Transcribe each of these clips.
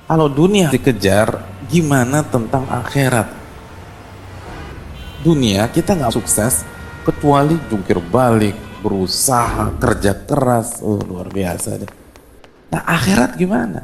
Kalau dunia dikejar, gimana tentang akhirat? Dunia kita nggak sukses kecuali jungkir balik, berusaha, kerja keras, luar biasa deh. Nah akhirat gimana?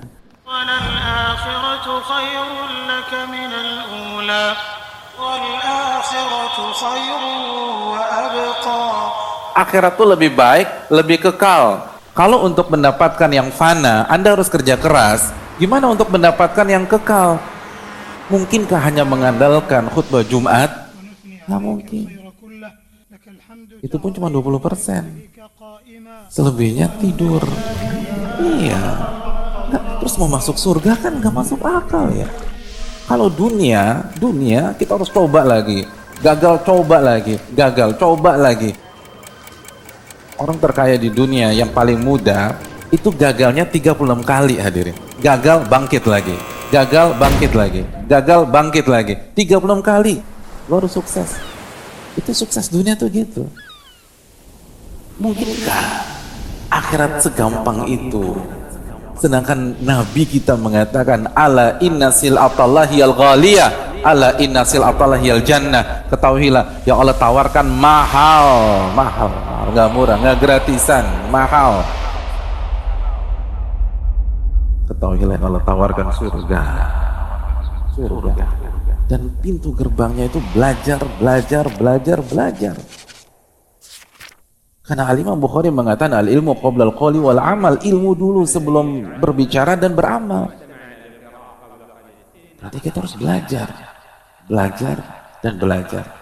Akhirat tuh lebih baik, lebih kekal. Kalau untuk mendapatkan yang fana, Anda harus kerja keras. Gimana untuk mendapatkan yang kekal? Mungkinkah hanya mengandalkan khutbah Jumat? Nggak mungkin. Itu pun cuma 20%. Selebihnya tidur. Iya. Terus mau masuk surga kan nggak masuk akal ya. Kalau dunia kita harus coba lagi. Gagal coba lagi. Gagal coba lagi. Orang terkaya di dunia yang paling muda itu gagalnya 36 kali hadirin. Gagal bangkit lagi. Gagal bangkit lagi. Gagal bangkit lagi. 36 kali baru sukses. Itu sukses dunia tuh gitu. Mungkinkah akhirat segampang itu? Sedangkan Nabi kita mengatakan ala inna sil'atallahi al-ghaliyah, ala inna sil'atallahi al-jannah. Ketahuilah yang Allah tawarkan mahal, nggak murah, nggak gratisan, mahal. Ketahuilah yang Allah tawarkan surga. Dan pintu gerbangnya itu belajar. Karena Al-Imam Bukhari mengatakan al-ilmu qabla al-qawli wal amal, ilmu dulu sebelum berbicara dan beramal. Berarti kita harus belajar dan belajar.